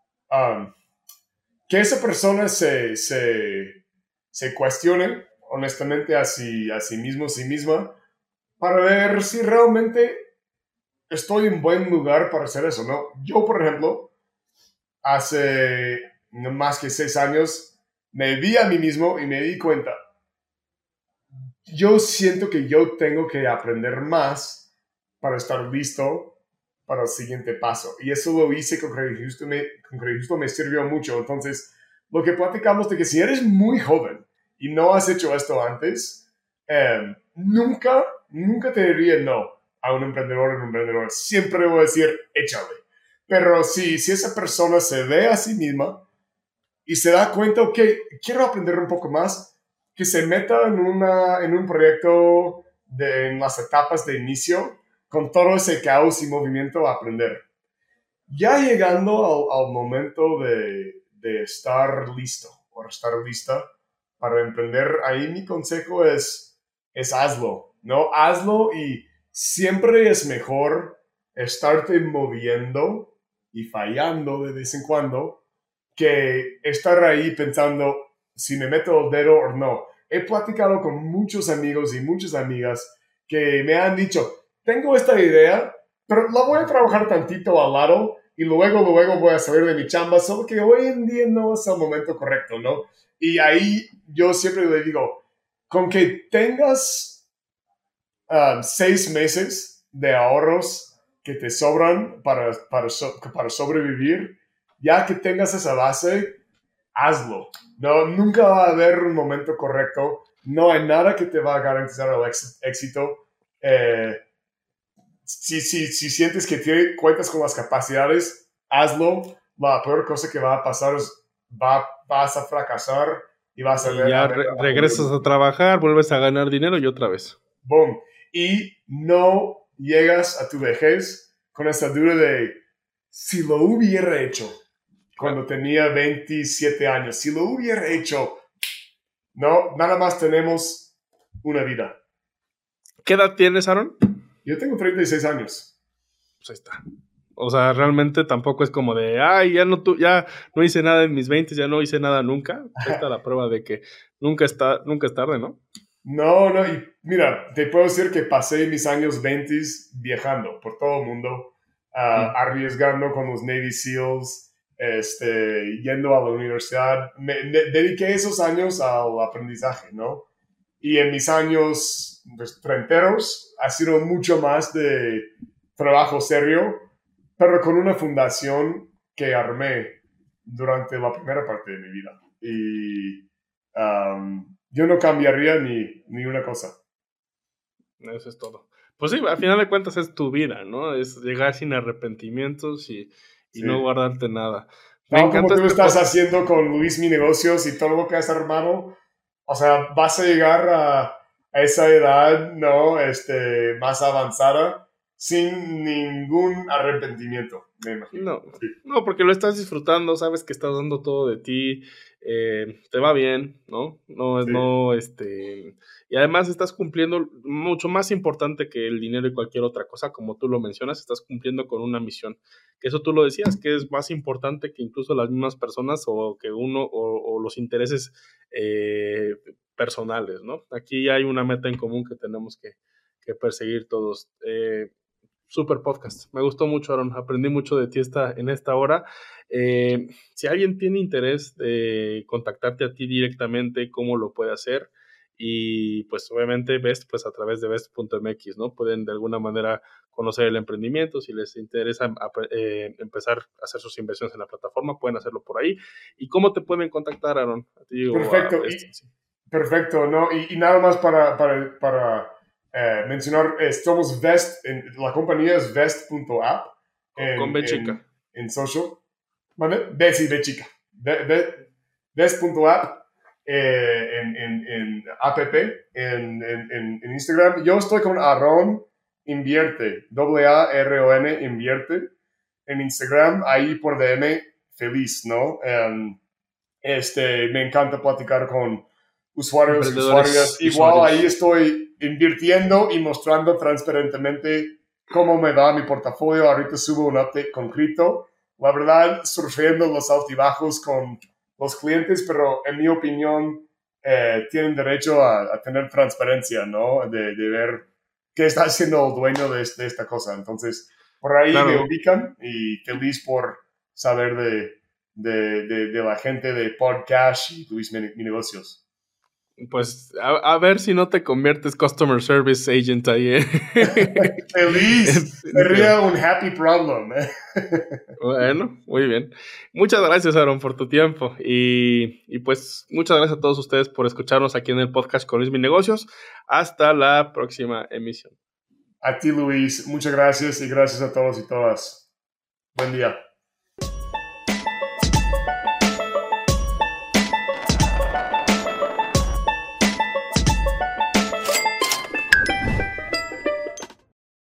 um, que esa persona se, se, se cuestione honestamente a sí, a sí mismo, a sí misma, para ver si realmente estoy en buen lugar para hacer eso, ¿no? Yo, por ejemplo, hace no más que seis años me vi a mí mismo y me di cuenta, yo siento que yo tengo que aprender más para estar listo para el siguiente paso. Y eso lo hice con Credit Justo, me, con Credit Justo me sirvió mucho. Entonces, lo que platicamos de que si eres muy joven y no has hecho esto antes, eh, nunca, nunca te diría no a un emprendedor o un emprendedor. Siempre voy a decir, échale. Pero si, si esa persona se ve a sí misma y se da cuenta, ok, quiero aprender un poco más, que se meta en, una, en un proyecto de, en las etapas de inicio, con todo ese caos y movimiento a aprender. Ya llegando al, al momento de, de estar listo o estar lista para emprender, ahí mi consejo es, es hazlo, ¿no? Hazlo y siempre es mejor estarte moviendo y fallando de vez en cuando que estar ahí pensando si me meto el dedo o no. He platicado con muchos amigos y muchas amigas que me han dicho, tengo esta idea, pero la voy a trabajar tantito al lado y luego, luego voy a salir de mi chamba, solo que hoy en día no es el momento correcto, ¿no? Y ahí yo siempre le digo, con que tengas uh, seis meses de ahorros que te sobran para, para, so, para sobrevivir, ya que tengas esa base, hazlo. No, nunca va a haber un momento correcto. No hay nada que te va a garantizar el éxito. Eh, si, si, si sientes que te cuentas con las capacidades, hazlo. La peor cosa que va a pasar es va, vas a fracasar y vas a y ver... ya a ver, re a regresas a trabajar, vuelves a ganar dinero y otra vez. Boom. Y no llegas a tu vejez con esa duda de si lo hubiera hecho cuando tenía veintisiete años. Si lo hubiera hecho, no, nada más tenemos una vida. ¿Qué edad tienes, Aaron? Yo tengo treinta y seis años. Pues ahí está. O sea, realmente tampoco es como de, ay, ya no, tu, ya no hice nada en mis veinte, ya no hice nada nunca. Ahí está la prueba de que nunca, está, nunca es tarde, ¿no? No, no, y mira, te puedo decir que pasé mis años veinte viajando por todo el mundo, uh, mm. arriesgando con los Navy SEALs, este, yendo a la universidad. Me, me dediqué esos años al aprendizaje, ¿no? Y en mis años pues, treinteros ha sido mucho más de trabajo serio, pero con una fundación que armé durante la primera parte de mi vida. Y um, yo no cambiaría ni, ni una cosa. Eso es todo. Pues sí, al final de cuentas es tu vida, ¿no? Es llegar sin arrepentimientos y, y sí. no guardarte nada. Me no, encanta como tú este estás podcast. Haciendo con Luis Mi Negocios y todo lo que has armado. O sea, vas a llegar a, a esa edad, ¿no? Este, más avanzada sin ningún arrepentimiento, me imagino. No, sí. no, porque lo estás disfrutando, sabes que estás dando todo de ti, eh, te va bien, ¿no? No, sí. no, este, y además estás cumpliendo, mucho más importante que el dinero y cualquier otra cosa, como tú lo mencionas, estás cumpliendo con una misión, que eso tú lo decías, que es más importante que incluso las mismas personas o que uno, o, o los intereses eh, personales, ¿no? Aquí hay una meta en común que tenemos que, que perseguir todos. Eh, Super podcast, me gustó mucho, Aaron, aprendí mucho de ti esta, en esta hora. Eh, si alguien tiene interés de contactarte a ti directamente, ¿cómo lo puede hacer? Y pues obviamente Vest, pues a través de vest punto m x, ¿no? Pueden de alguna manera conocer el emprendimiento, si les interesa eh, empezar a hacer sus inversiones en la plataforma, pueden hacerlo por ahí. ¿Y cómo te pueden contactar, Aaron? A ti perfecto, o a y, sí. perfecto, ¿no? Y, y nada más para... para, para... Eh, mencionar, eh, somos Vest, en, la compañía es vest punto app. En, con B chica. En, en social. ¿Vale? B, sí, B chica. vest punto app eh, en, en, en app, en, en, en Instagram. Yo estoy con Aaron Invierte, W A R O N Invierte. En Instagram, ahí por D M, feliz, ¿no? Um, este, me encanta platicar con usuarios y usuarias. Igual usuarios. Ahí estoy invirtiendo y mostrando transparentemente cómo me va mi portafolio. Ahorita subo un update con cripto. La verdad, surfeando los altibajos con los clientes, pero en mi opinión eh, tienen derecho a, a tener transparencia, ¿no? De, de ver qué está haciendo el dueño de, de esta cosa. Entonces, por ahí claro. me ubican y feliz por saber de, de, de, de la gente de Podcast y Luis Mi, Mi Negocios. Pues a, a ver si no te conviertes Customer Service Agent ahí. ¿eh? Feliz. Sería un happy problem. ¿eh? Bueno, muy bien. Muchas gracias, Aaron, por tu tiempo. Y, y pues muchas gracias a todos ustedes por escucharnos aquí en el podcast con Luis Mi Negocios. Hasta la próxima emisión. A ti, Luis. Muchas gracias y gracias a todos y todas. Buen día.